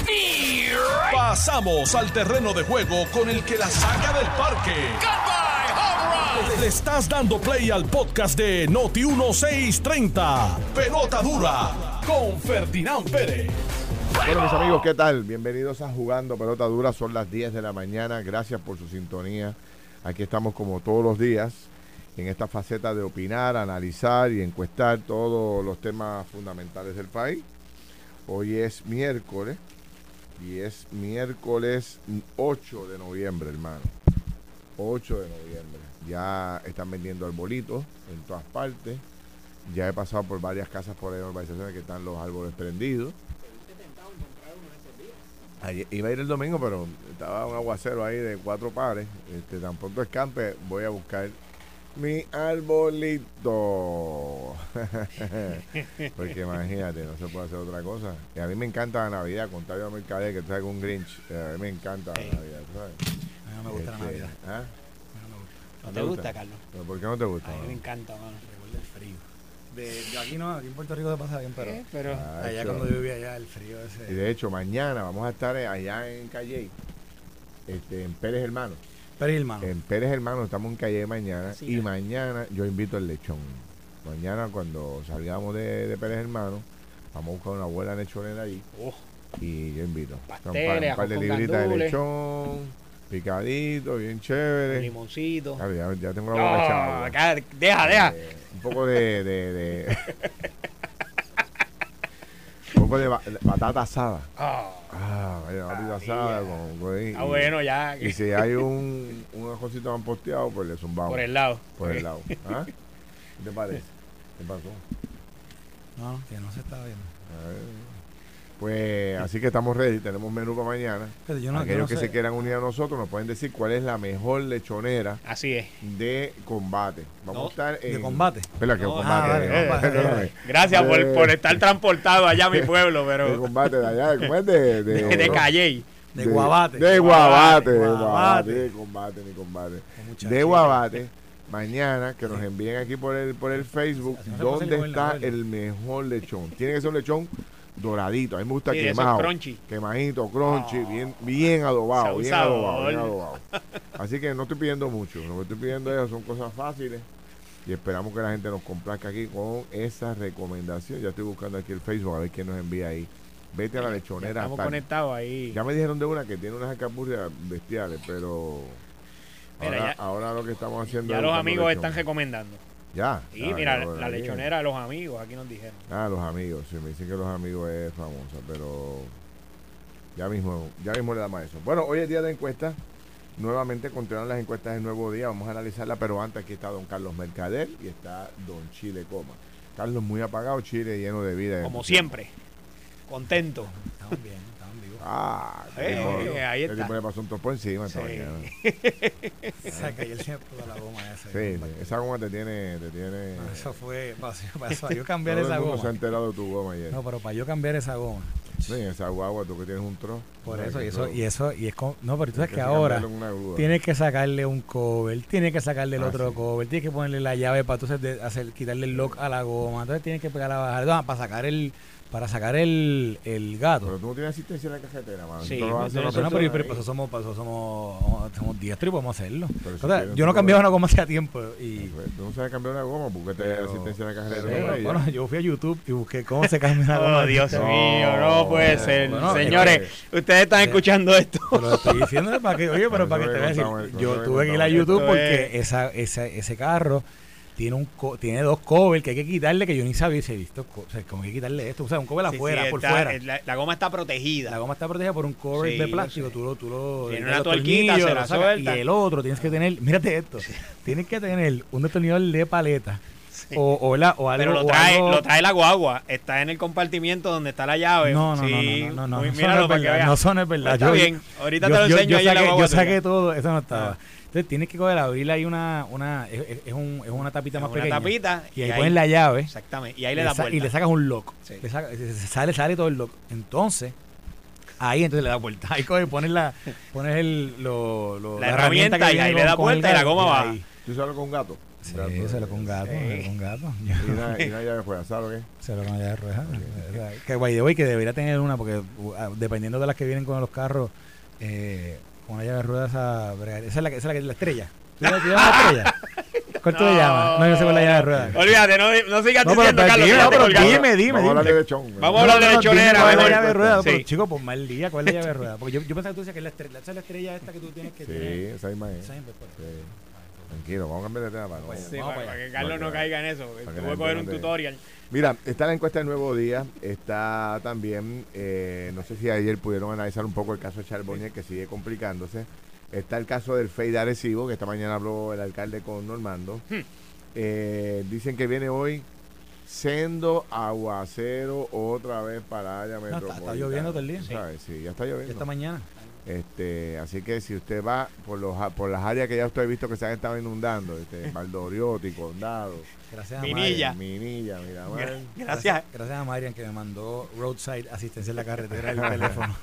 Pasamos al terreno de juego con el que la saca del parque. Le estás dando play al podcast de Noti 1630. Pelota dura con Ferdinand Pérez. Bueno, mis amigos, ¿qué tal? Bienvenidos a Jugando Pelota Dura. Son las 10 de la mañana. Gracias por su sintonía. Aquí estamos como todos los días en esta faceta de opinar, analizar y encuestar todos los temas fundamentales del país. Hoy es miércoles y es miércoles 8 de noviembre, hermano. 8 de noviembre. Ya están vendiendo arbolitos en todas partes. Ya he pasado por varias casas por ahí en urbanizaciones que están los árboles prendidos. Iba a ir el domingo, pero estaba un aguacero ahí de 4 pares. Tan pronto escampe, voy a buscar mi arbolito. Porque imagínate, no se puede hacer otra cosa. Y a mí me encanta la Navidad, contrario a Mercader que trae un Grinch. A mí me encanta la Navidad, ¿sabes? A mí no me gusta la Navidad. ¿Ah? ¿No te gusta, Carlos? ¿Pero por qué no te gusta? A mí me encanta, mano. Recuerda el frío. De aquí no, aquí en Puerto Rico se pasa bien, pero allá cuando yo vivía allá, el frío ese. Y de hecho, mañana vamos a estar allá en Calle, en Pérez Hermanos. Pérez Hermanos. En Pérez Hermanos estamos en Calle mañana. Sí, y mañana yo invito al lechón. Mañana cuando salgamos de Pérez Hermanos, vamos a buscar una buena lechonera allí. Y yo invito. Pasteles, un par de libritas de lechón. Picadito, bien chévere. Limoncito. Claro, ya tengo la boca echada. Deja. Un poco de un poco de batata asada. Batata asada con bueno, ya. Y si hay un ajocito más posteado, pues le zumbamos. Por el lado. ¿Ah? ¿Qué te parece? ¿Qué pasó? No, que no se está viendo. Pues así que estamos ready, tenemos menú para mañana. Aquellos que se quieran unir a nosotros nos pueden decir cuál es la mejor lechonera. Así es. De combate. Vamos a estar en... ¿De combate? Espera, que combate. Gracias por estar transportado allá a mi pueblo, pero... De combate de allá, ¿cómo es? De Calley. De Guabate. De Guabate. Mañana que nos envíen aquí por el Facebook dónde está el mejor lechón. Tiene que ser un lechón doradito, a mí me gusta quemado, quemadito, crunchy, bien adobado, bien adobado. Así que no estoy pidiendo mucho, lo que estoy pidiendo son cosas fáciles y esperamos que la gente nos complazca aquí con esa recomendación. Ya estoy buscando aquí el Facebook a ver quién nos envía ahí. Vete a la lechonera. Estamos conectados ahí. Ya me dijeron de una que tiene unas alcapurrias bestiales, pero ahora lo que estamos haciendo ya los amigos están recomendando. Ya. Sí, mira, la lechonera de los amigos, aquí nos dijeron. Los amigos, sí, me dicen que los amigos es famosa, pero ya mismo le damos a eso. Bueno, hoy es día de encuestas. Nuevamente continúan las encuestas del Nuevo Día, vamos a analizarla, pero antes aquí está don Carlos Mercader y está don Chile Coma. Carlos muy apagado, Chile lleno de vida. Como siempre, contento. Estamos bien, estamos vivos. Ahí está. El tipo le pasó un topo encima esta mañana. Saca y él siempre toda la goma esa. Sí, esa goma te tiene. Eso fue para yo cambiar esa goma. No se ha enterado de tu goma ayer. No, pero para yo cambiar esa goma. Sí, esa guagua, tú que tienes un trozo. Por eso, y es no, pero tú sabes que ahora tienes que sacarle un cover, tienes que sacarle el otro cover, tienes que ponerle la llave para entonces quitarle el lock a la goma, entonces tienes que pegar a bajar para sacar el gato. Pero tú no tienes asistencia en la cajetera, mano. Sí, pero eso somos diestros y podemos hacerlo. Yo no cambiaba una goma hace tiempo. Tú no sabes cambiar una goma, porque te da asistencia en la cajetera. Bueno, yo fui a YouTube y busqué cómo se cambia una goma. Dios mío, no puede ser. Señores, ustedes están escuchando esto. Lo estoy diciendo para que, para que te veas. Yo tuve que ir a YouTube porque ese carro tiene dos covers que hay que quitarle, que yo ni sabía si he visto. O sea, como hay que quitarle esto. O sea, un cover afuera, por fuera. La goma está protegida. La goma está protegida por un cover de plástico. Tú lo tiene una tuerquita, se la suelta. Y el otro tienes que tener, mírate esto, tienes que tener un destornillador de paleta. Sí. O algo. Pero lo trae la guagua. Está en el compartimiento donde está la llave. No. Míralo para que veas. No son es verdad. Está bien. Ahorita te lo enseño. Yo saqué todo. Eso no estaba. Entonces tienes que abrirle ahí es una tapita más pequeña. Una tapita. Y ahí pones la llave. Exactamente. Y ahí le das vuelta. Y le sacas un lock. Sí. Sale todo el lock. Entonces le da vuelta. Ahí pones la herramienta y ahí le da vuelta y la goma va. ¿Tú sabes con un gato? Sí, se lo con un gato, se lo con un gato. ¿Y una llave de ruedas, ¿sabes lo que? Se lo con una llave de ruedas. Que by the way, que debería tener una, porque dependiendo de las que vienen con los carros, con una llave de ruedas, esa es la estrella. ¿Tú llamas la estrella? ¿Cuál tú le llamas? No, yo sé cuál es la llave de ruedas. Olvídate, no sigas diciendo, Carlos. Dime. Vamos a hablar de lechón. Vamos a hablar de lechonera. ¿Cuál es la llave de ruedas? Pero chico, pues mal día, ¿cuál es la llave de ruedas? Porque yo pensaba que tú decías que esa es la estrella esta que tú tienes que tener. Sí, esa misma es. Tranquilo, vamos a cambiar de tema. Para que Carlos no caiga en eso. Voy a coger un tutorial. Mira, está la encuesta del Nuevo Día. Está también, no sé si ayer pudieron analizar un poco el caso de Charbonnier, que sigue complicándose. Está el caso del FEI de Arecibo, que esta mañana habló el alcalde con Normando. Dicen que viene hoy sendo aguacero otra vez para área metropolitana. Está lloviendo todo el día. Sí, ya está lloviendo. Esta mañana. Así que si usted va por las áreas que ya usted ha visto que se han estado inundando, Valdoriotti, Condado, gracias a Minilla, Miramar. Gracias a Marian, que me mandó roadside asistencia en la carretera el teléfono.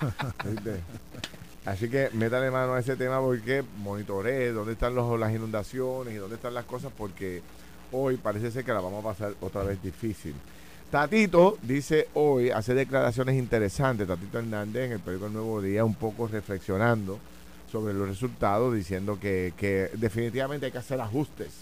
Así que métale mano a ese tema, porque monitoree dónde están las inundaciones y dónde están las cosas, porque hoy parece ser que la vamos a pasar otra vez difícil. Tatito dice hoy, hace declaraciones interesantes, Tatito Hernández, en el periódico El Nuevo Día, un poco reflexionando sobre los resultados, diciendo que definitivamente hay que hacer ajustes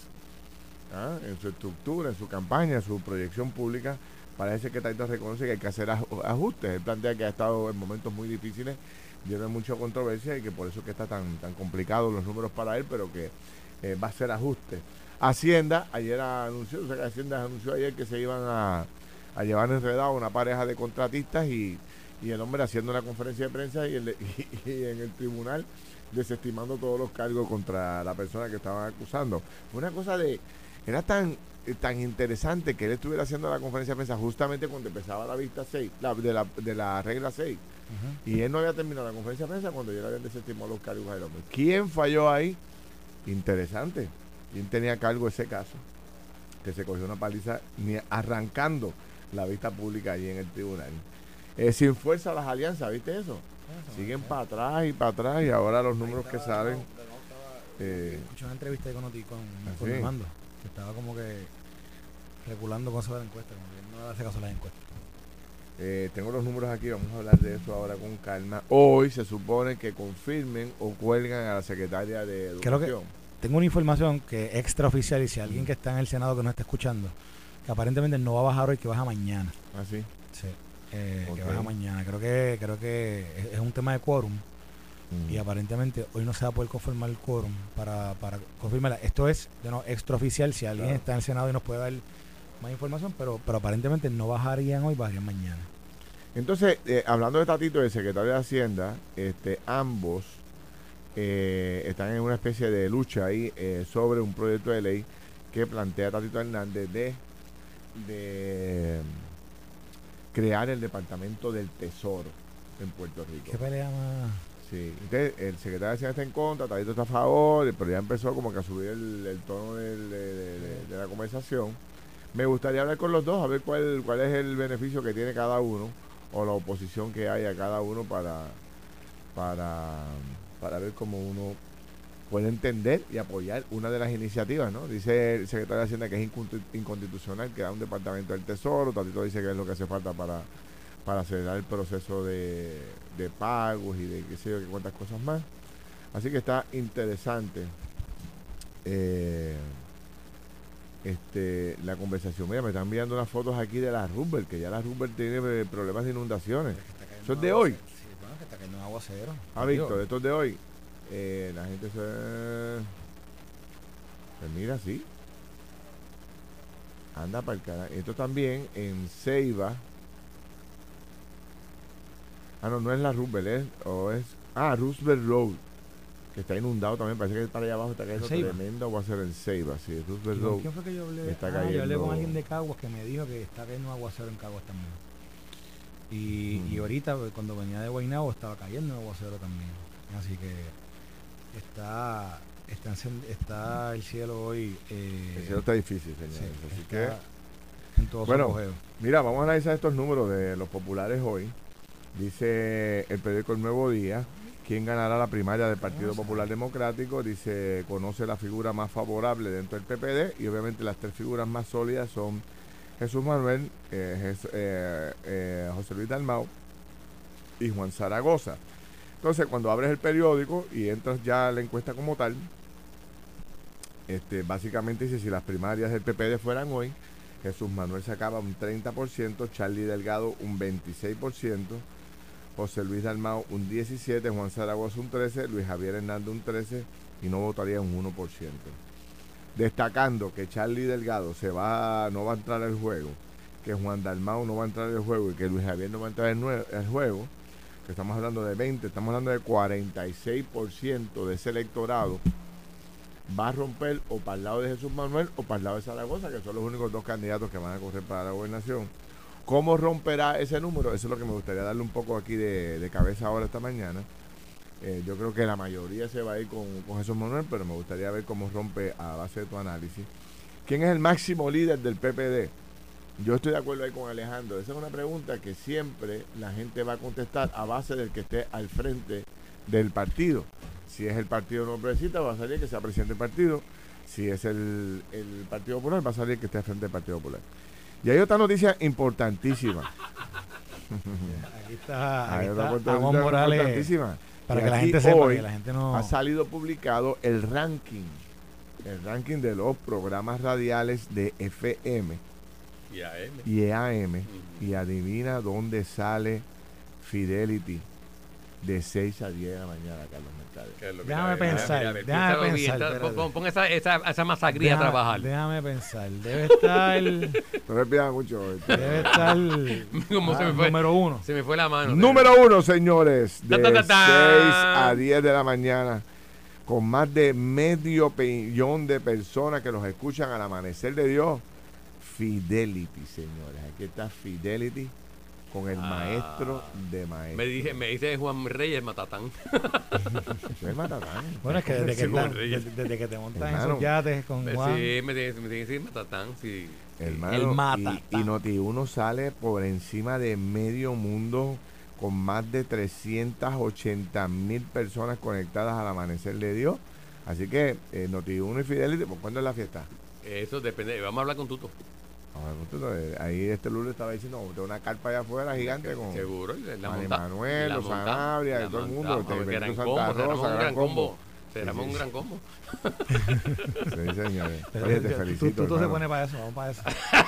en su estructura, en su campaña, en su proyección pública. Parece que Tatito reconoce que hay que hacer ajustes. Él plantea que ha estado en momentos muy difíciles, lleno de mucha controversia, y que por eso que está tan complicado los números para él, pero que va a hacer ajustes. Hacienda ayer anunció, Hacienda anunció ayer que se iban a llevar enredado una pareja de contratistas, y el hombre haciendo una conferencia de prensa y en el tribunal desestimando todos los cargos contra la persona que estaban acusando. Una cosa era tan interesante que él estuviera haciendo la conferencia de prensa justamente cuando empezaba la vista 6, de la regla 6. Y él no había terminado la conferencia de prensa cuando ya le habían desestimado los cargos al hombre. ¿Quién falló ahí? Interesante. ¿Quién tenía cargo ese caso? Que se cogió una paliza ni arrancando la vista pública allí en el tribunal. Sin fuerza las alianzas, ¿viste eso? Siguen para atrás, y ahora los números que salen. Escuché una entrevista con Armando, que estaba como que regulando cosas de la encuesta, como que no le hace caso a las encuestas. Tengo los números aquí, vamos a hablar de eso ahora con calma. Hoy se supone que confirmen o cuelgan a la secretaria de Educación. Tengo una información que extraoficial, y si alguien que está en el Senado que nos está escuchando, que aparentemente no va a bajar hoy, que baja mañana. ¿Ah, sí? Sí, que baja mañana. Creo que es un tema de quórum, y aparentemente hoy no se va a poder conformar el quórum para confirmarla. Esto es extraoficial, si alguien está en el Senado y nos puede dar más información, pero aparentemente no bajarían hoy, bajarían mañana. Entonces, hablando de Tatito y el secretario de Hacienda, ambos están en una especie de lucha ahí sobre un proyecto de ley que plantea Tatito Hernández de crear el Departamento del Tesoro en Puerto Rico. ¿Qué pelea más? Sí, entonces el secretario de Hacienda está en contra, Tatito está a favor, pero ya empezó como que a subir el tono de la conversación. Me gustaría hablar con los dos, a ver cuál es el beneficio que tiene cada uno, o la oposición que hay a cada uno, para ver cómo uno puede entender y apoyar una de las iniciativas, ¿no? Dice el secretario de Hacienda que es inconstitucional que da un departamento del Tesoro. Tatito dice que es lo que hace falta para acelerar el proceso de pagos y de qué sé yo, cuántas cosas más. Así que está interesante la conversación. Mira, me están enviando unas fotos aquí de la Rubber, que ya la Rubber tiene problemas de inundaciones. ¿Eso es de hoy? Sí, bueno, que está cayendo un aguacero. Víctor, esto es de hoy. La gente pues mira, sí. Anda para el canal. Esto también en Ceiba. No es la Roosevelt, Roosevelt Road, que está inundado también. Parece que para allá abajo está cayendo tremendo aguacero en Ceiba. Sí, Roosevelt Road. ¿Quién fue que yo hablé? Está cayendo. Yo hablé con alguien de Caguas que me dijo que está cayendo un aguacero en Caguas también. Y ahorita, cuando venía de Guaynabo, estaba cayendo un aguacero también. Así que está el cielo hoy. El cielo está difícil, señores. Sí, así que en todo su apogeo. Mira, vamos a analizar estos números de los populares hoy. Dice el periódico El Nuevo Día ¿Quién ganará la primaria del Partido Popular Democrático? Dice, conoce la figura más favorable dentro del PPD y obviamente las 3 figuras más sólidas son Jesús Manuel, José Luis Dalmau y Juan Zaragoza. Entonces, cuando abres el periódico y entras ya a la encuesta como tal, básicamente dice, si las primarias del PPD fueran hoy, Jesús Manuel sacaba un 30%, Charlie Delgado un 26%, José Luis Dalmau un 17%, Juan Zaragoza un 13%, Luis Javier Hernández un 13% y no votaría un 1%. Destacando que Charlie Delgado no va a entrar al juego, que Juan Dalmau no va a entrar al juego y que Luis Javier no va a entrar al juego, que estamos hablando de 20, estamos hablando de 46% de ese electorado va a romper o para el lado de Jesús Manuel o para el lado de Zaragoza, que son los únicos 2 candidatos que van a correr para la gobernación. ¿Cómo romperá ese número? Eso es lo que me gustaría darle un poco aquí de cabeza ahora esta mañana. Yo creo que la mayoría se va a ir con Jesús Manuel, pero me gustaría ver cómo rompe a base de tu análisis. ¿Quién es el máximo líder del PPD? Yo estoy de acuerdo ahí con Alejandro. Esa es una pregunta que siempre la gente va a contestar a base del que esté al frente del partido. Si es el Partido No Progresista, va a salir que sea presidente del partido. Si es el Partido Popular, va a salir que esté al frente del Partido Popular. Y hay otra noticia importantísima. Aquí está Amos Morales. Para que la gente sepa, que la gente no... Ha salido publicado el ranking de los programas radiales de FM y AM. Y adivina dónde sale Fidelity de 6 a 10 de la mañana, Carlos Mercader. Déjame pensar. Pon esa masacría a trabajar. Déjame pensar. Debe estar... No me pidas mucho. Debe estar... ¿Cómo se me fue? Número 1. Se me fue la mano. Número 1, señores. De 6 a 10 de la mañana. Con más de 500 millón de personas que los escuchan al amanecer de Dios. Fidelity, señores. Aquí está Fidelity con el maestro de maestros. Me dice Juan Reyes Matatán. Soy Matatán. Bueno, es que desde que te montas en esos yates con Juan. Sí, me tiene que decir Matatán, sí. Hermano, El Matatán. Y Noti1 sale por encima de medio mundo con más de 380,000 personas conectadas al amanecer de Dios. Así que Noti1 y Fidelity, ¿por cuándo es la fiesta? Eso depende. Vamos a hablar con Tuto. Ahí lunes estaba diciendo, tengo una carpa allá afuera gigante con seguro, Manuel, los Sanabria, todo el mundo. Será un gran combo. Sí, señores. Oye, te felicito. Tú se pone para eso, vamos para eso.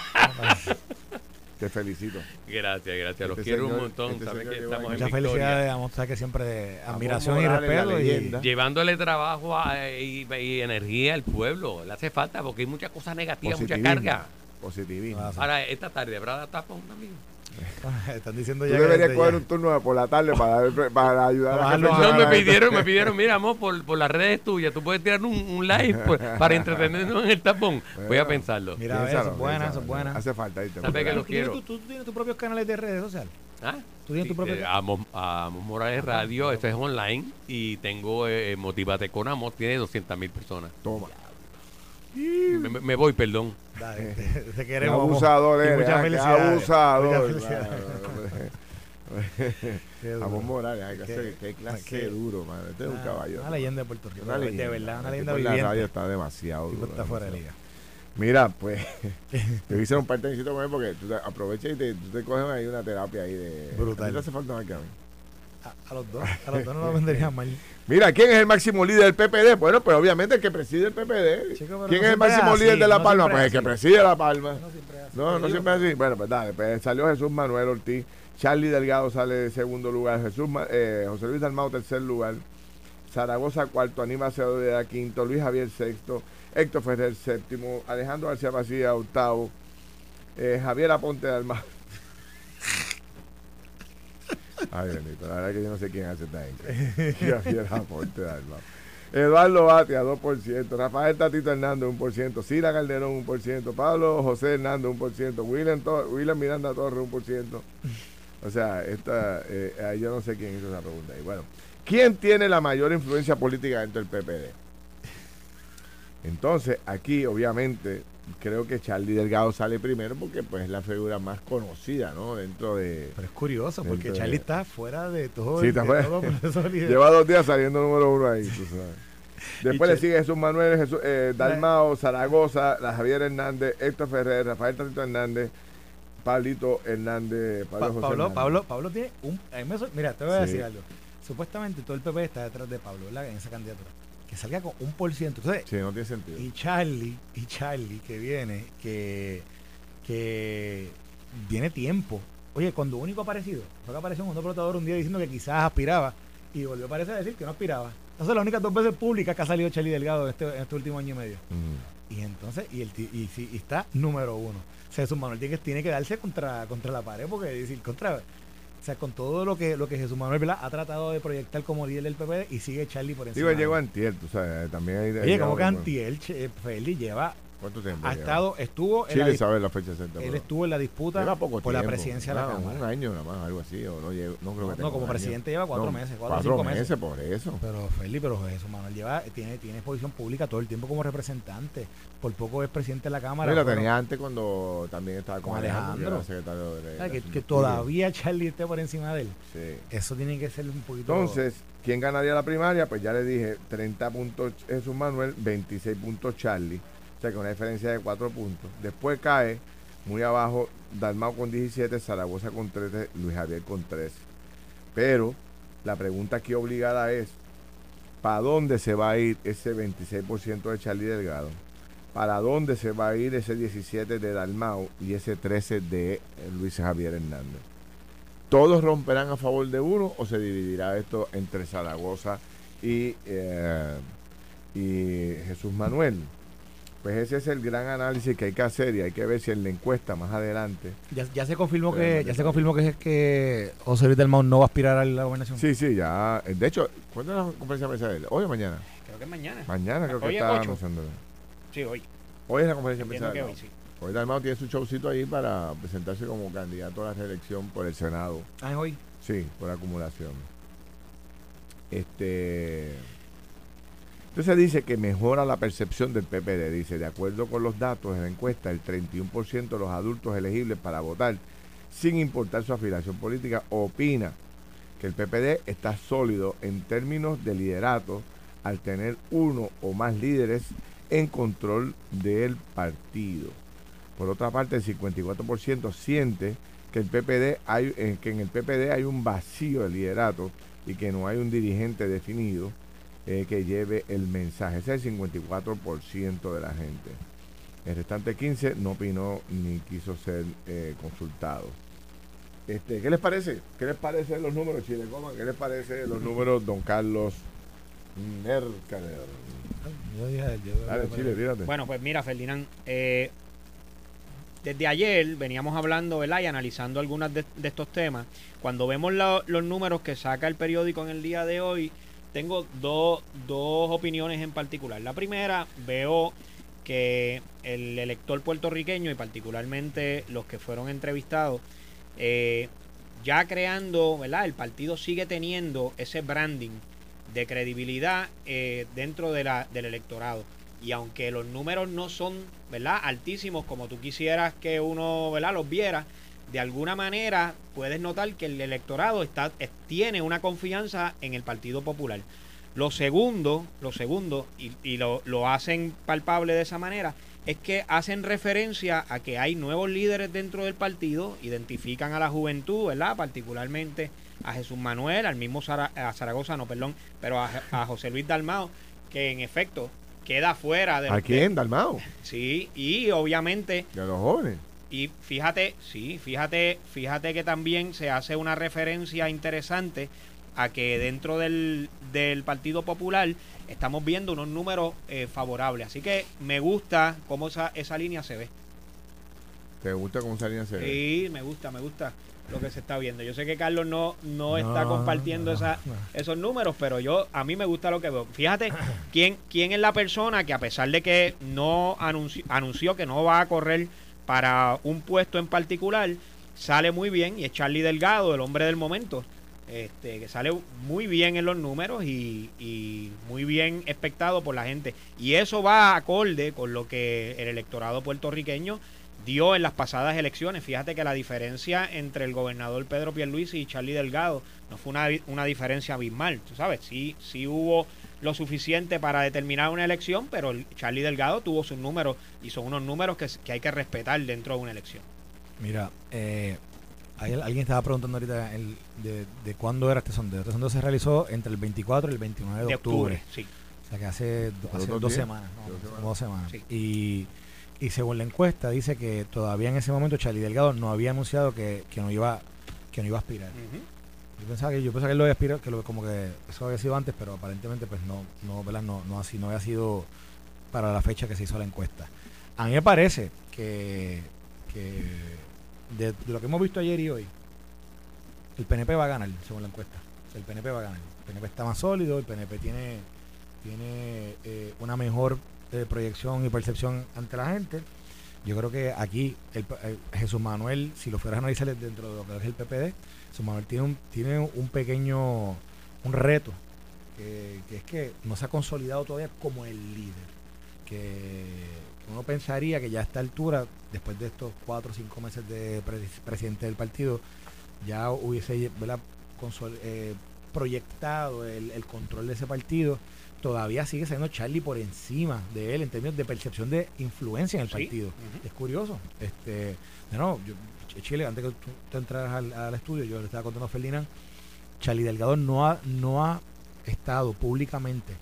Te felicito. Gracias. Los quiero un montón. Saben que estamos en muchas felicidades, vamos a que siempre admiración y respeto. Llevándole trabajo y energía al pueblo. Le hace falta porque hay muchas cosas negativas, mucha carga. Positivismo. Ahora, esta tarde, ¿habrá tapón también? Están diciendo ya. Tú deberías coger un turno por la tarde para ayudar a la gente. Me pidieron, mira, amor, por las redes tuyas, tú puedes tirar un live para entretenernos en el tapón. Voy a pensarlo. Mira, eso es buena. Hace falta. ¿Sabes que lo quiero? ¿Tú tienes tus propios canales de redes sociales? ¿Ah? ¿Tú tienes tu propio? Amos Morales Radio, esto es online. Y tengo Motívate con Amor, tiene 200,000 personas. Toma. Me voy, perdón. Dale, te queremos. Abusador, muchas felicidades. Abusador. Claro. Amos Morales, qué clase duro, man. Este es un caballo. Una leyenda de Puerto Rico. Una de verdad, una leyenda viviente. La radio está demasiado duro. Está fuera de liga. Mira, pues, te hice un partecito con él porque tú aprovechas y tú te coges ahí una terapia ahí de... Brutal. ¿A ti te hace falta más que a mí? A los dos no lo venderían mal. Mira, ¿quién es el máximo líder del PPD? Bueno, pues obviamente el que preside el PPD. Chico, ¿Quién es el máximo líder de La Palma? Pues el que preside La Palma. No siempre es así. Bueno, pues dale, pues salió Jesús Manuel Ortiz, Charlie Delgado sale de segundo lugar, José Luis Dalmau tercer lugar, Zaragoza cuarto, Aníbal Cedeira quinto, Luis Javier sexto, Héctor Ferrer séptimo, Alejandro García Macías octavo, Javier Aponte Dalmau. Ay, bendito, la verdad que yo no sé quién hace esta gente. Javier Aponte Dalmau. Eduardo Batia, 2%, Rafael Tatito Hernández, 1%, Cira Calderón, 1%, Pablo José Hernández, 1%, William Miranda Torres, 1%. O sea, yo no sé quién hizo esa pregunta ahí. Bueno, ¿quién tiene la mayor influencia política dentro del PPD? Entonces, aquí, obviamente, creo que Charlie Delgado sale primero porque pues es la figura más conocida, ¿no? Dentro de... Pero es curioso porque Charlie está fuera de todo. Sí, está fuera. Lleva 2 días saliendo número 1 ahí, tú sabes. Después le sigue Jesús Manuel, Dalmao, Zaragoza, Javier Hernández, Héctor Ferrer, Rafael Tatito Hernández, Pablito Hernández, Pablo tiene mira, te voy a decir algo. Supuestamente todo el PP está detrás de Pablo, ¿verdad? En esa candidatura. Que salga con 1%. Entonces, sí, no tiene sentido. Y Charlie que viene, que viene tiempo. Oye, cuando único aparecido, fue que apareció un pelotador un día diciendo que quizás aspiraba y volvió a aparecer a decir que no aspiraba. Entonces, las únicas 2 veces públicas que ha salido Charlie Delgado en este último año y medio. Y entonces, y está número 1. O sea, Jesús Manuel tiene que darse contra la pared, porque decir, o sea, con todo lo que Jesús Manuel, ¿verdad?, ha tratado de proyectar como líder del PP y sigue Charlie por encima. Digo, llegó antier, tú sabes, también hay... Oye, ¿cómo que antier? Feli lleva... ¿Cuánto tiempo? Estuvo en Chile sabe la fecha exacta. Él estuvo en la disputa por la presidencia de la Cámara. Un año nada más, algo así, o no creo que tenga como presidente lleva 4 meses, 4 o 5 meses. Por eso. Pero Feli, Jesús Manuel tiene exposición pública todo el tiempo como representante. Por poco es presidente de la Cámara. Sí, la tenía antes cuando también estaba con Alejandro. Que todavía Charlie esté por encima de él. Sí. Eso tiene que ser un poquito... Entonces, ¿quién ganaría la primaria? Pues ya le dije, 30 puntos Jesús Manuel, 26 puntos Charlie. O sea, que una diferencia de 4 puntos. Después cae muy abajo Dalmau con 17, Zaragoza con 13, Luis Javier con 13. Pero la pregunta aquí obligada es, ¿para dónde se va a ir ese 26% de Charlie Delgado? ¿Para dónde se va a ir ese 17 de Dalmau y ese 13 de Luis Javier Hernández? ¿Todos romperán a favor de uno o se dividirá esto entre Zaragoza y Jesús Manuel? Pues ese es el gran análisis que hay que hacer y hay que ver si en la encuesta más adelante. Ya se confirmó que José Luis Dalmau no va a aspirar a la gobernación. Sí, ya. De hecho, ¿cuándo es la conferencia de prensa de él? ¿Hoy o mañana? Creo que es mañana. Mañana creo que está anunciando. Sí, hoy. Hoy es la conferencia de prensa de él. Hoy, sí. Hoy Dalmau tiene su showcito ahí para presentarse como candidato a la reelección por el Senado. ¿Ah, es hoy? Sí, por acumulación. Entonces dice que mejora la percepción del PPD. Dice, de acuerdo con los datos de la encuesta, el 31% de los adultos elegibles para votar, sin importar su afiliación política, opina que el PPD está sólido en términos de liderato al tener uno o más líderes en control del partido. Por otra parte, el 54% siente que en el PPD hay un vacío de liderato y que no hay un dirigente definido que lleve el mensaje. Ese es el 54% de la gente. El restante 15% no opinó ni quiso ser consultado. ¿Qué les parece? ¿Qué les parecen los números, Chile Coma? ¿Qué les parece los números, don Carlos Mercader? Dale, Chile, tírate. Bueno, pues mira, Ferdinand, desde ayer veníamos hablando, ¿verdad?, y analizando algunos de estos temas. Cuando vemos los números que saca el periódico en el día de hoy, tengo dos opiniones en particular. La primera, veo que el elector puertorriqueño y particularmente los que fueron entrevistados, ya creando, ¿verdad?, el partido sigue teniendo ese branding de credibilidad dentro del electorado. Y aunque los números no son, ¿verdad?, altísimos como tú quisieras que uno, ¿verdad?, los viera, de alguna manera puedes notar que el electorado tiene una confianza en el Partido Popular. Lo segundo, y lo hacen palpable de esa manera, es que hacen referencia a que hay nuevos líderes dentro del partido, identifican a la juventud, ¿verdad?, particularmente a Jesús Manuel, al mismo pero a José Luis Dalmau, que en efecto queda fuera de... ¿A quién? ¿Dalmau? Sí, y obviamente... De los jóvenes. Y fíjate que también se hace una referencia interesante a que dentro del Partido Popular estamos viendo unos números favorables. Así que me gusta cómo esa línea se ve. ¿Te gusta cómo esa línea se ve? Sí, me gusta lo que se está viendo. Yo sé que Carlos no está compartiendo esos números, pero a mí me gusta lo que veo. Fíjate quién es la persona que, a pesar de que no anunció que no va a correr para un puesto en particular, sale muy bien, y es Charlie Delgado, el hombre del momento. que sale muy bien en los números y muy bien expectado por la gente. Y eso va acorde con lo que el electorado puertorriqueño dio en las pasadas elecciones. Fíjate que la diferencia entre el gobernador Pedro Pierluisi y Charlie Delgado no fue una diferencia abismal, tú sabes, sí hubo lo suficiente para determinar una elección, pero Charlie Delgado tuvo sus números y son unos números que hay que respetar dentro de una elección. Mira, alguien estaba preguntando ahorita de cuándo era este sondeo. Este sondeo se realizó entre el 24 y el 29 de octubre. Sí. O sea que hace 2 semanas. ¿No? 2 semanas. Sí. Y según la encuesta dice que todavía en ese momento Charlie Delgado no había anunciado que no iba a aspirar. Yo pensaba que él lo había aspirado, como que eso había sido antes, pero aparentemente pues ¿verdad? No había sido para la fecha que se hizo la encuesta. A mí me parece que de lo que hemos visto ayer y hoy, el PNP va a ganar, según la encuesta. El PNP va a ganar. El PNP está más sólido, el PNP tiene una mejor proyección y percepción ante la gente. Yo creo que aquí Jesús Manuel, si lo fueras a analizar dentro de lo que es el PPD, Jesús Manuel tiene un reto, que es que no se ha consolidado todavía como el líder. Que uno pensaría que ya a esta altura, después de estos 4 o 5 meses de presidente del partido, ya hubiese, ¿verdad?, proyectado el control de ese partido. Todavía sigue siendo Charlie por encima de él en términos de percepción de influencia en el partido. Es curioso. Chile, antes que tú te entraras al estudio, yo le estaba contando a Ferdinand, Charlie Delgado no ha estado públicamente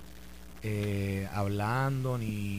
hablando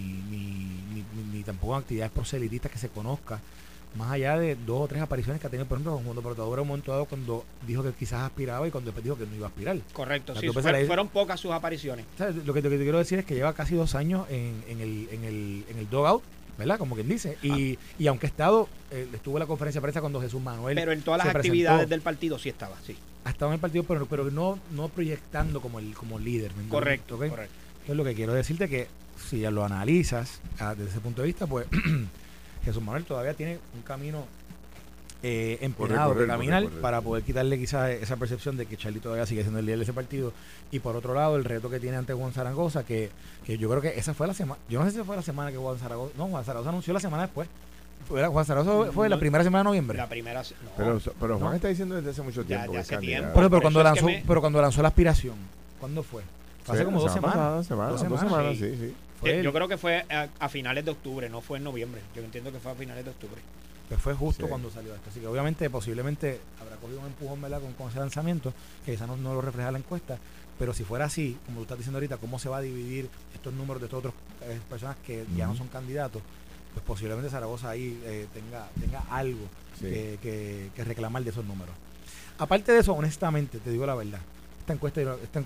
ni tampoco en actividades proselitistas que se conozca, más allá de 2 o 3 apariciones que ha tenido, por ejemplo, con Portadura un momento dado, cuando dijo que quizás aspiraba y cuando después dijo que no iba a aspirar. Correcto, sí, fueron pocas sus apariciones. Lo que te quiero decir es que lleva casi 2 años en el dugout, ¿verdad? Como quien dice. Y aunque estuvo en la conferencia de prensa cuando Jesús Manuel, pero en todas las actividades del partido sí estaba, sí. Ha estado en el partido, pero no proyectando como líder. Correcto, ¿okay? Correcto. Entonces lo que quiero decirte es que si ya lo analizas desde ese punto de vista, pues Jesús Manuel todavía tiene un camino empinado de caminar para poder quitarle quizás esa percepción de que Charlie todavía sigue siendo el líder de ese partido. Y por otro lado, el reto que tiene ante Juan Zaragoza, que yo creo que esa fue la semana, yo no sé si fue la semana que Juan Zaragoza anunció la semana después. Juan Zaragoza fue la primera semana de noviembre. La primera, pero Juan está diciendo desde hace mucho tiempo. Ya hace tiempo. Pero cuando lanzó la aspiración, ¿cuándo fue? Hace como 2 semanas. 2 semanas, sí. Yo creo que fue a finales de octubre, no fue en noviembre. Yo entiendo que fue a finales de octubre. Pues fue justo cuando salió esto. Así que obviamente, posiblemente habrá cogido un empujón, ¿verdad?, con ese lanzamiento, que quizás no lo refleja la encuesta. Pero si fuera así, como tú estás diciendo ahorita, ¿cómo se va a dividir estos números de estas otras personas que ya no son candidatos? Pues posiblemente Zaragoza ahí tenga algo que reclamar de esos números. Aparte de eso, honestamente, te digo la verdad, esta encuesta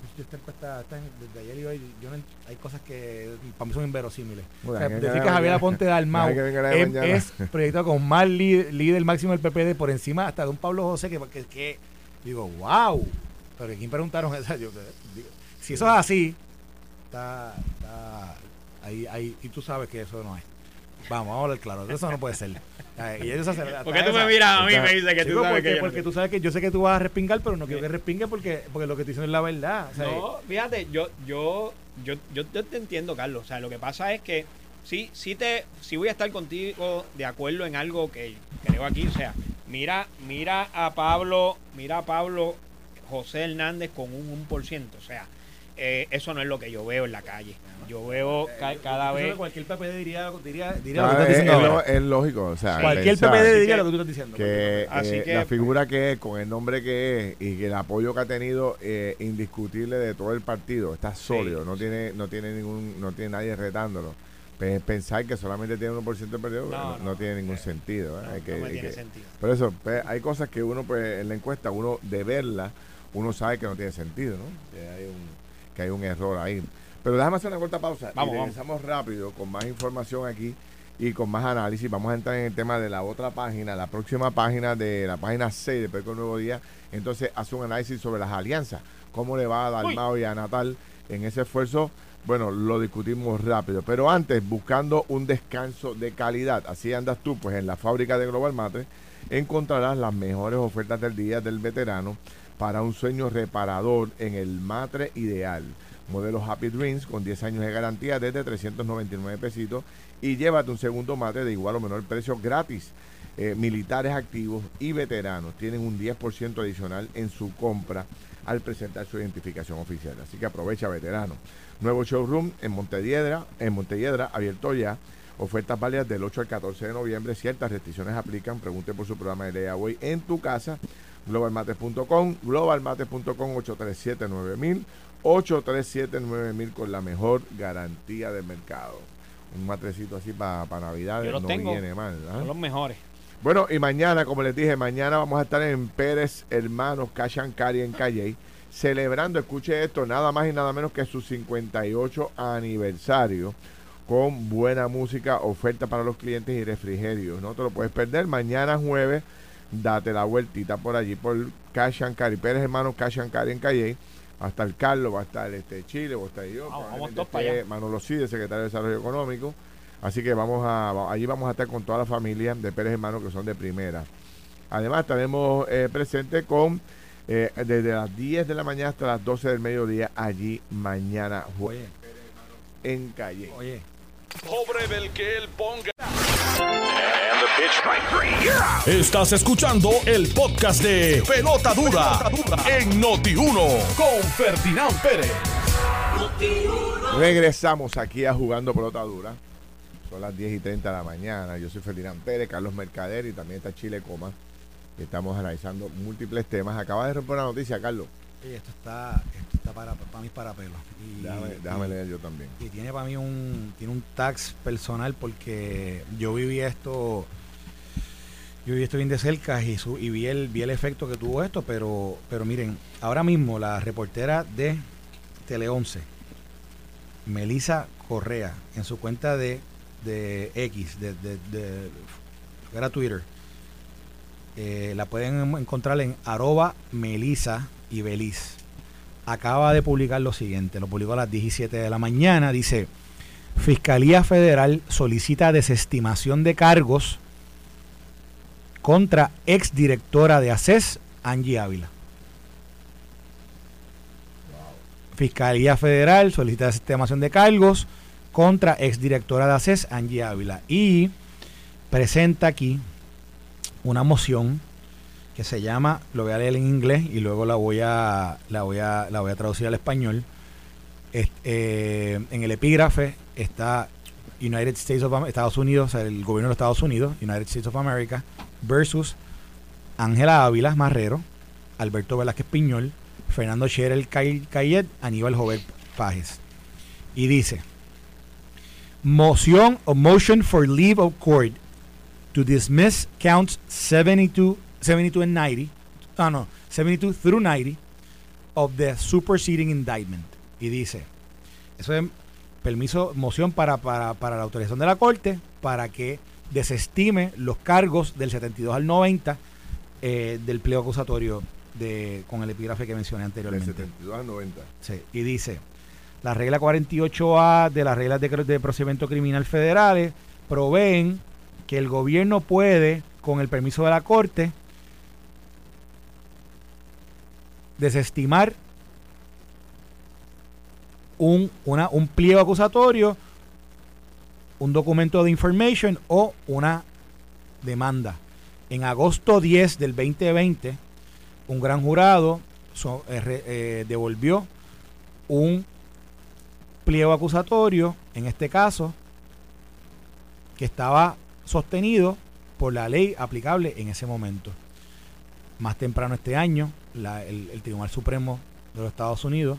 desde ayer y hoy, hay cosas que para mí son inverosímiles. Decir que Javier Aponte Dalmau es proyectado como más líder máximo del PPD por encima hasta de un Pablo José que digo, wow. Pero aquí me preguntaron, si eso es así, está ahí, y tú sabes que eso no es. Vamos a hablar claro, eso no puede ser. Y ellos ¿por qué tú me miras a mí y me dices que tú sabes que porque tú sabes que yo sé que tú vas a respingar, pero no quiero que respingue porque lo que te dicen es la verdad. O sea, no, fíjate, yo te entiendo, Carlos. O sea, lo que pasa es que sí voy a estar contigo de acuerdo en algo que creo aquí. O sea, mira a Pablo José Hernández con un 1%. O sea, eso no es lo que yo veo en la calle. Yo veo cada vez. Cualquier PPD diría lo que tú estás diciendo. Es lógico. O sea, cualquier PPD diría lo que tú estás diciendo. Que la figura que es, con el nombre que es y que el apoyo que ha tenido indiscutible de todo el partido, está sólido. Sí. No tiene nadie retándolo. Pensar que solamente tiene 1% de perdido no tiene ningún sentido. No tiene sentido. Por eso, hay cosas que uno, pues, en la encuesta, uno de verla, uno sabe que no tiene sentido, ¿no? Que hay un error ahí. Pero déjame hacer una corta pausa. Vamos. Regresamos rápido con más información aquí y con más análisis. Vamos a entrar en el tema de la otra página, la próxima página de la página 6 de Periódico Nuevo Día. Entonces hace un análisis sobre las alianzas. Cómo le va a Dalmau y a Natal en ese esfuerzo. Bueno, lo discutimos rápido. Pero antes, buscando un descanso de calidad. Así andas tú, pues en la fábrica de Global Matre encontrarás las mejores ofertas del día del veterano para un sueño reparador en el matre ideal. Modelo Happy Dreams con 10 años de garantía desde 399 pesitos y llévate un segundo matre de igual o menor precio gratis. Militares activos y veteranos tienen un 10% adicional en su compra al presentar su identificación oficial. Así que aprovecha, veterano. Nuevo showroom en Montelledra, abierto ya. Ofertas válidas del 8 al 14 de noviembre. Ciertas restricciones aplican. Pregunte por su programa de layaway en tu casa. Globalmates.com, 837-9000, 837-9000 con la mejor garantía del mercado. Un matrecito así para Navidad no viene mal, ¿verdad? Son los mejores. Bueno, y mañana, como les dije, mañana vamos a estar en Pérez Hermanos Cash and Carry en Calley, celebrando, escuche esto, nada más y nada menos que su 58 aniversario, con buena música, oferta para los clientes y refrigerios. No te lo puedes perder. Mañana jueves, date la vueltita por allí, por Cash and Carry, Pérez Hermanos Cash and Carry en Calley. Va a estar Carlos, va a estar Chile, va a estar yo, vamos todos para allá. Manolo Cide, secretario de Desarrollo Económico. Así que allí vamos a estar con toda la familia de Pérez Hermanos, que son de primera. Además, estaremos presentes con desde las 10 de la mañana hasta las 12 del mediodía, allí mañana jueves en Calle. Oye, pobre del que él ponga. Estás escuchando el podcast de Pelota Dura en Noti1 con Ferdinand Pérez. Regresamos aquí a Jugando Pelota Dura. Son las 10:30 de la mañana. Yo soy Ferdinand Pérez, Carlos Mercader y también está Chile Coma. Estamos analizando múltiples temas. Acaba de romper una noticia, Carlos. Sí, esto está para mí para pelo. Déjame leer yo también. Y tiene para mí un tax personal porque yo viví esto bien de cerca y vi el efecto que tuvo esto, pero miren, ahora mismo la reportera de Tele 11, Melissa Correa, en su cuenta de X, que era Twitter, la pueden encontrar en @Melissa y Beliz. Acaba de publicar lo siguiente, lo publicó a las 17 de la mañana, dice: Fiscalía Federal solicita desestimación de cargos contra exdirectora de ACES, Angie Ávila. Fiscalía Federal solicita desestimación de cargos contra exdirectora de ACES, Angie Ávila. Y presenta aquí una moción que se llama, lo voy a leer en inglés y luego la voy a traducir al español. En el epígrafe está United States of Estados Unidos, o sea, el gobierno de los Estados Unidos, United States of America, versus Ángela Ávila Marrero, Alberto Velázquez Piñol, Fernando Scherer Cayet, Aníbal Jover Pajes. Y dice: motion for leave of court to dismiss counts 72 through 90 of the superseding indictment. Y dice, eso es moción para la autorización de la Corte para que desestime los cargos del 72 al 90 del pliego acusatorio con el epígrafe que mencioné anteriormente. Del 72 al 90. Sí, y dice: la regla 48A de las reglas de procedimiento criminal federales proveen que el gobierno puede, con el permiso de la Corte, desestimar un pliego acusatorio, un documento de information o una demanda. En agosto 10 del 2020, un gran jurado devolvió un pliego acusatorio, en este caso, que estaba sostenido por la ley aplicable en ese momento. Más temprano este año, el Tribunal Supremo de los Estados Unidos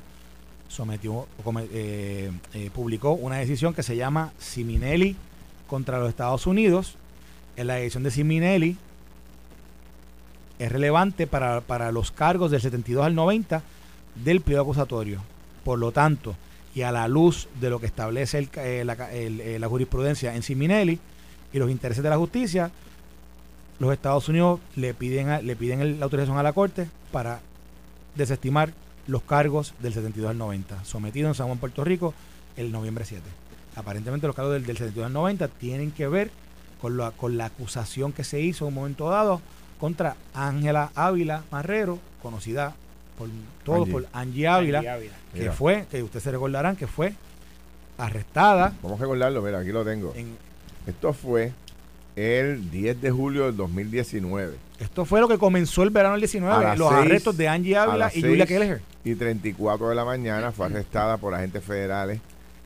publicó una decisión que se llama Siminelli contra los Estados Unidos. En la decisión de Siminelli es relevante para los cargos del 72 al 90 del pliego acusatorio. Por lo tanto, y a la luz de lo que establece la jurisprudencia en Siminelli y los intereses de la justicia, los Estados Unidos le piden la autorización a la Corte para desestimar los cargos del 72 al 90, sometidos en San Juan, Puerto Rico, el noviembre 7. Aparentemente los cargos del 72 al 90 tienen que ver con la acusación que se hizo en un momento dado contra Ángela Ávila Marrero, conocida por Angie Ávila, que fue, que ustedes se recordarán, que fue arrestada. Vamos a recordarlo, mira, aquí lo tengo. Esto fue el 10 de julio del 2019. Esto fue lo que comenzó el verano del 19, los arrestos de Angie Ávila y Julia Kelleher. Y 34 de la mañana fue arrestada por agentes federales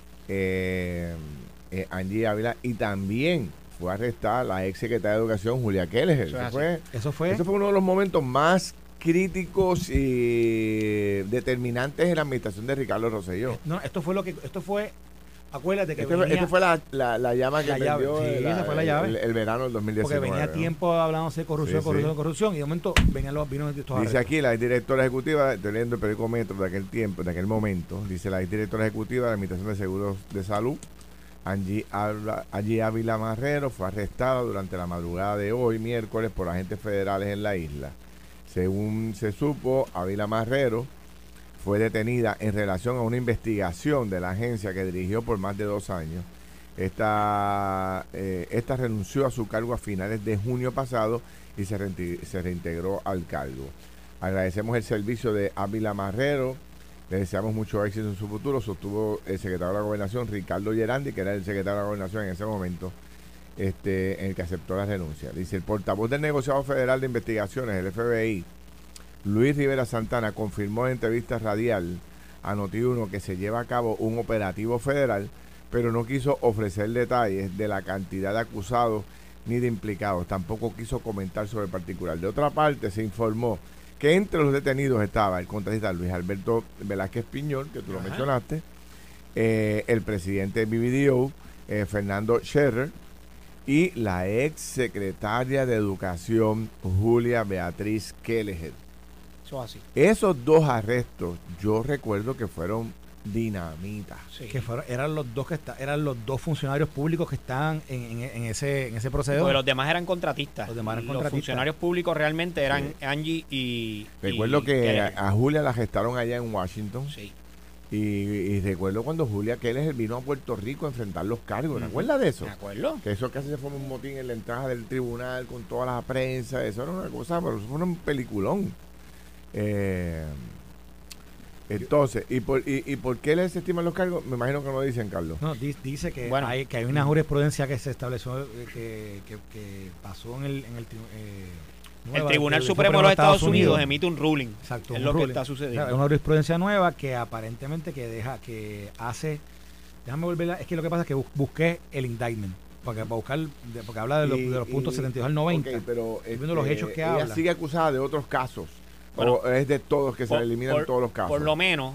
Angie Ávila, y también fue arrestada la ex secretaria de Educación Julia Kelleher. Eso fue uno de los momentos más críticos y determinantes en la administración de Ricardo Rosselló. No, esto fue acuérdate que esto fue la llama que prendió el verano del 2019. Porque venía tiempo hablándose de corrupción, y de momento vino estos. Dice aquí la directora ejecutiva, estoy leyendo el periódico Metro de aquel momento, dice la directora ejecutiva de la Administración de Seguros de Salud, Angie Ávila Marrero, fue arrestada durante la madrugada de hoy, miércoles, por agentes federales en la isla. Según se supo, Ávila Marrero fue detenida en relación a una investigación de la agencia que dirigió por más de 2 años. Esta renunció a su cargo a finales de junio pasado y se reintegró al cargo. Agradecemos el servicio de Ávila Marrero, le deseamos mucho éxito en su futuro, sostuvo el secretario de la Gobernación, Ricardo Gerandi, que era el secretario de la Gobernación en ese momento, en el que aceptó la renuncia. Dice el portavoz del negociado federal de investigaciones, el FBI, Luis Rivera Santana, confirmó en entrevista radial a Noti1 que se lleva a cabo un operativo federal, pero no quiso ofrecer detalles de la cantidad de acusados ni de implicados. Tampoco quiso comentar sobre el particular. De otra parte, se informó que entre los detenidos estaba el contratista Luis Alberto Velázquez Piñol, que tú lo mencionaste, el presidente de BBDO, Fernando Scherer, y la ex secretaria de Educación, Julia Beatriz Kelleher. Así. Esos 2 arrestos, yo recuerdo que fueron dinamita. Sí. Que eran los dos funcionarios públicos que estaban en ese proceso. Porque los demás eran contratistas. Los funcionarios públicos realmente eran Angie y... Recuerdo que a Julia la gestaron allá en Washington. Sí. Y recuerdo cuando Julia Kelleher vino a Puerto Rico a enfrentar los cargos. ¿Te acuerdas de eso? Me acuerdo. Que eso casi se formó un motín en la entrada del tribunal con toda la prensa. Eso era una cosa, pero eso fue un peliculón. Entonces, ¿y por qué le desestiman los cargos? Me imagino que no dicen, Carlos. No, dice que hay una jurisprudencia que se estableció, que pasó en el Tribunal Supremo de los Estados Unidos emite un ruling. Exacto, es lo que está sucediendo. Es una jurisprudencia nueva que aparentemente déjame volver, es que lo que pasa es que busqué el indictment. Porque habla de los puntos 72 al 90. Okay, pero viendo los hechos que ella sigue acusada de otros casos. Bueno, o es de todos que se le eliminan todos los casos. Por lo menos,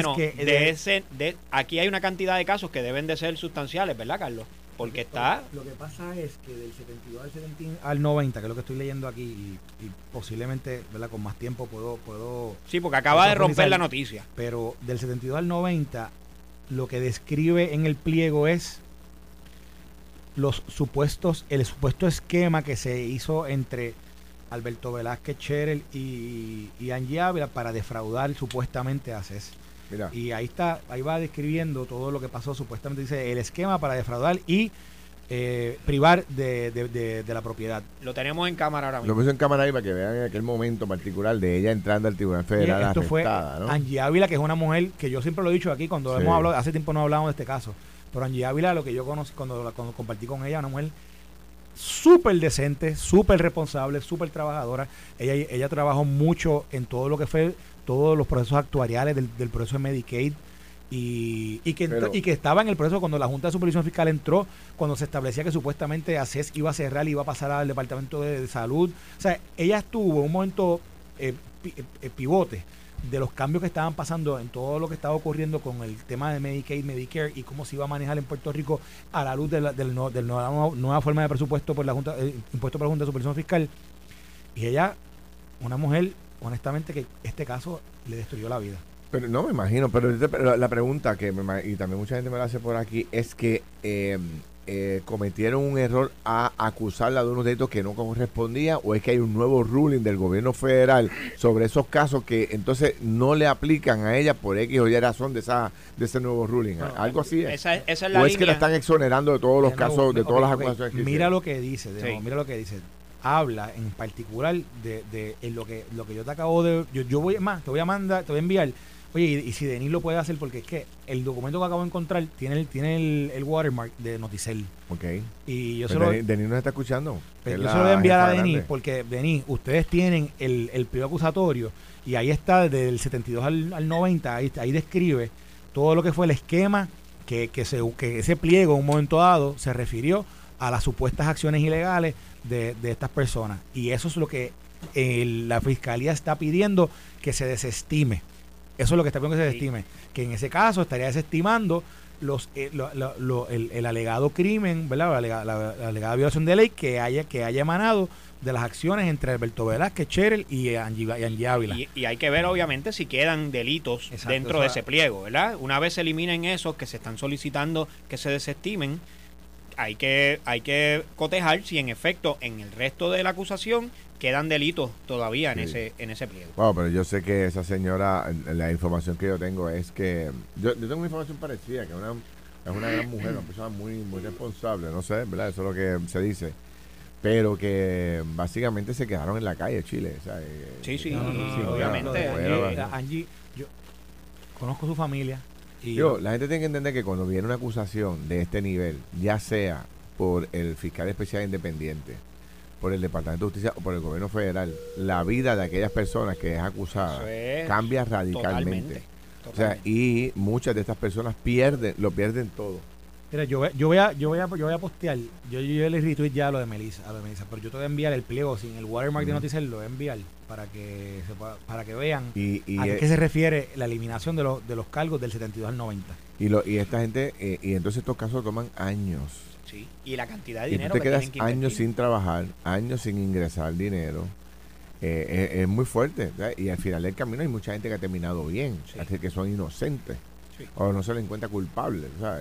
aquí hay una cantidad de casos que deben de ser sustanciales, ¿verdad, Carlos? Porque lo que pasa es que del 72 al 90, que es lo que estoy leyendo aquí, y posiblemente, ¿verdad?, con más tiempo puedo sí, porque acaba de romper la noticia. Pero del 72 al 90, lo que describe en el pliego es el supuesto esquema que se hizo entre Alberto Velázquez Scherer y Angie Ávila para defraudar supuestamente a CES. Mira. Y ahí va describiendo todo lo que pasó. Supuestamente dice el esquema para defraudar y privar de la propiedad. Lo tenemos en cámara ahora mismo. Lo puse en cámara ahí para que vean en aquel momento particular de ella entrando al Tribunal Federal esto arrestada, fue ¿no? Angie Ávila, que es una mujer que yo siempre lo he dicho aquí cuando hemos hablado, hace tiempo no hablábamos de este caso, pero Angie Ávila, lo que yo conocí cuando compartí con ella, una mujer súper decente, súper responsable, súper trabajadora. Ella trabajó mucho en todo lo que fue todos los procesos actuariales del proceso de Medicaid y que estaba en el proceso cuando la Junta de Supervisión Fiscal entró, cuando se establecía que supuestamente ACES iba a cerrar y iba a pasar al Departamento de Salud. O sea, ella estuvo en un momento pivote de los cambios que estaban pasando en todo lo que estaba ocurriendo con el tema de Medicaid, Medicare y cómo se iba a manejar en Puerto Rico a la luz de la nueva forma de presupuesto por la Junta, impuesto por la Junta de Supervisión Fiscal. Y ella, una mujer, honestamente, que este caso le destruyó la vida. Pero no me imagino, pero la pregunta y también mucha gente me la hace por aquí, es que cometieron un error a acusarla de unos delitos que no correspondía, o es que hay un nuevo ruling del gobierno federal sobre esos casos que entonces no le aplican a ella por X o Y razón de ese nuevo ruling. No, algo así es. Esa es la o línea. es que la están exonerando de todos los casos, de todas las acusaciones que mira lo que dice, mira lo que dice. habla en particular de lo que yo te acabo de... Yo voy más, te voy a enviar. Oye, y si Denis lo puede hacer, porque es que el documento que acabo de encontrar tiene el watermark de Noticel. Ok. Y yo Denis nos está escuchando. Yo se lo voy a enviar a Denis, porque Denis, ustedes tienen el pliego acusatorio, y ahí está, desde el 72 al 90, ahí describe todo lo que fue el esquema, que ese pliego en un momento dado se refirió a las supuestas acciones ilegales de estas personas. Y eso es lo que la Fiscalía está pidiendo que se desestime. Eso es lo que está pidiendo que se desestime. Que en ese caso estaría desestimando el alegado crimen, ¿verdad? La alegada violación de ley que haya emanado de las acciones entre Alberto Velázquez, Cheryl y Angie Ávila. Y hay que ver, obviamente, si quedan delitos dentro de ese pliego, ¿verdad? Una vez se eliminen esos que se están solicitando que se desestimen, hay que cotejar si en efecto en el resto de la acusación quedan delitos todavía en ese pliego. Wow, pero yo sé que esa señora, la información que yo tengo es que yo tengo una información parecida, que es una gran mujer, una persona muy, muy responsable, no sé, ¿verdad? Eso es lo que se dice. Pero que básicamente se quedaron en la calle, Chile. ¿Sabes? Sí, No, obviamente. Angie, yo conozco su familia. Y la gente tiene que entender que cuando viene una acusación de este nivel, ya sea por el fiscal especial independiente, por el Departamento de Justicia o por el gobierno federal, la vida de aquellas personas que es acusada cambia radicalmente. Totalmente. O sea, y muchas de estas personas lo pierden todo. Mira, yo voy a postear, yo le retweet ya a lo de Melissa, pero yo te voy a enviar el pliego sin el watermark de Noticel, lo voy a enviar para que vean a qué se refiere la eliminación de los cargos del 72 al 90. Y esta gente, y entonces estos casos toman años. Sí, y la cantidad de y dinero tú te que quedas tienen que años invertir. sin trabajar, años sin ingresar dinero. Es muy fuerte, ¿sabes? Y al final del camino hay mucha gente que ha terminado bien, así que son inocentes. O no se le encuentra culpable, ¿sabes?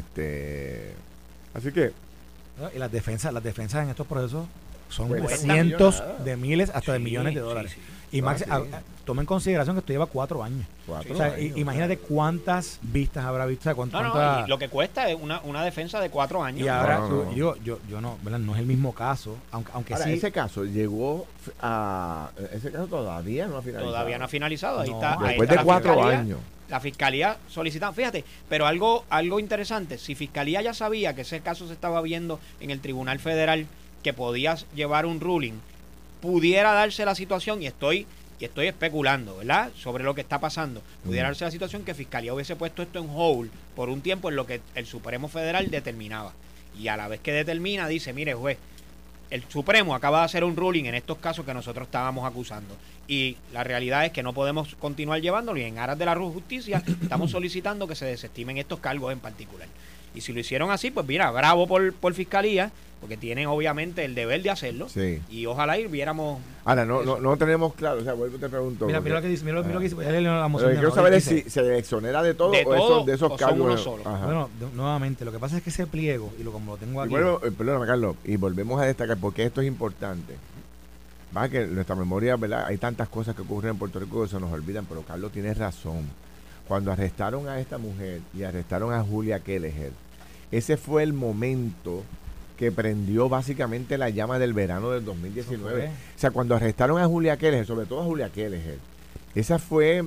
Así que... Y las defensas en estos procesos son Pues, de cientos de miles hasta de millones de dólares. Sí. Y Max, toma en consideración que esto lleva 4 años. O sea, imagínate cuántas vistas habrá visto. O sea, y lo que cuesta es una defensa de 4 años. Y ahora, yo no, ¿verdad? No es el mismo caso, aunque ahora, sí. ese caso llegó a... Ese caso todavía no ha finalizado. Todavía no ha finalizado. Ahí No, está. Después ahí de está 4 años. La Fiscalía solicitando, fíjate, pero algo interesante, si Fiscalía ya sabía que ese caso se estaba viendo en el Tribunal Federal, que podías llevar un ruling, pudiera darse la situación, y estoy especulando, ¿verdad?, sobre lo que está pasando, pudiera darse la situación que Fiscalía hubiese puesto esto en hold por un tiempo en lo que el Supremo Federal determinaba, y a la vez que determina, dice, mire, juez, el Supremo acaba de hacer un ruling en estos casos que nosotros estábamos acusando, y la realidad es que no podemos continuar llevándolo, y en aras de la justicia estamos solicitando que se desestimen estos cargos en particular. Y si lo hicieron así, pues mira, bravo por Fiscalía, porque tienen obviamente el deber de hacerlo. Sí. Y ojalá viéramos. Ahora, no tenemos claro, o sea, vuelvo y te pregunto. Mira lo que dice, mira lo que dice. La Lo que quiero saber es si se exonera de todo o de esos cargos. Uno solo. Bueno, nuevamente, lo que pasa es que ese pliego, y como lo tengo aquí. Perdóname, Carlos, y volvemos a destacar porque esto es importante. Va que en nuestra memoria, ¿verdad? Hay tantas cosas que ocurren en Puerto Rico que se nos olvidan, pero Carlos tiene razón. Cuando arrestaron a esta mujer y arrestaron a Julia Kelleher, ese fue el momento que prendió básicamente la llama del verano del 2019. O sea, cuando arrestaron a Julia Kelleher, sobre todo a Julia Kelleher, esa fue...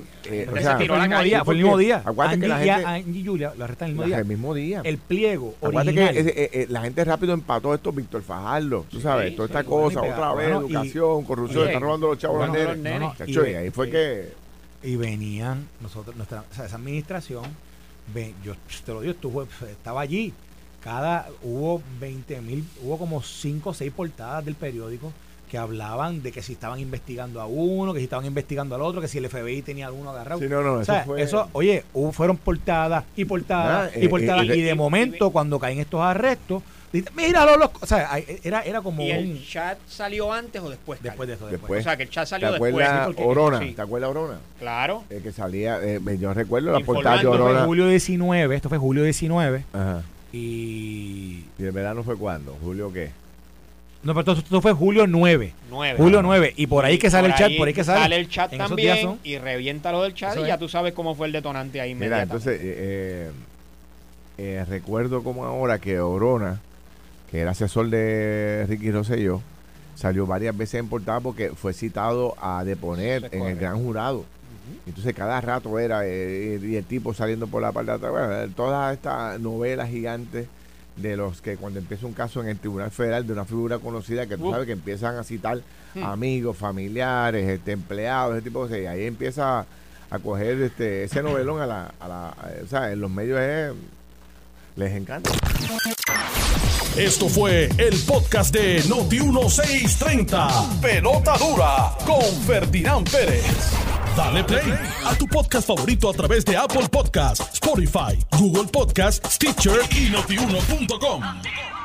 fue el mismo día. Acuérdate que la gente... Angie y Julia lo arrestan el mismo día. El pliego acuérdate original. Que la gente rápido empató esto, Víctor Fajardo, tú sabes, toda esta cosa, otra vez, educación, corrupción, están robando los chavos los nenes. Y ahí fue que... Y venían esa administración, yo te lo digo, estaba allí. Hubo como 5 o 6 portadas del periódico que hablaban de que si estaban investigando a uno, que si estaban investigando al otro, que si el FBI tenía alguno agarrado. Sí, no, fueron portadas y portadas y portadas. Y de momento, cuando caen estos arrestos, míralo, o sea, era como ¿Y el chat salió antes o después? Después de eso. O sea, que el chat salió después. ¿Te acuerdas Orona? Claro. Que salía, yo recuerdo la portada de Orona. Esto fue julio 19. Ajá. ¿Y el verano fue cuándo? ¿Julio qué? No, pero esto fue julio 9. Julio 9. Y por ahí que sale el chat, por ahí que sale. Sale el chat también y revienta lo del chat y ya tú sabes cómo fue el detonante ahí inmediatamente. Mira, entonces, recuerdo como ahora que Orona, que era asesor de Ricky Rosselló, salió varias veces en portada porque fue citado a deponer en el gran jurado. Entonces cada rato era y el tipo saliendo por la parte de atrás. Bueno, toda esta novela gigante de los que cuando empieza un caso en el Tribunal Federal de una figura conocida que tú sabes que empiezan a citar amigos, familiares, empleados, ese tipo de cosas, y ahí empieza a coger ese novelón o sea, en los medios les encanta. Esto fue el podcast de Noti1630. Pelota dura con Ferdinand Pérez. Dale play a tu podcast favorito a través de Apple Podcasts, Spotify, Google Podcasts, Stitcher y Notiuno.com.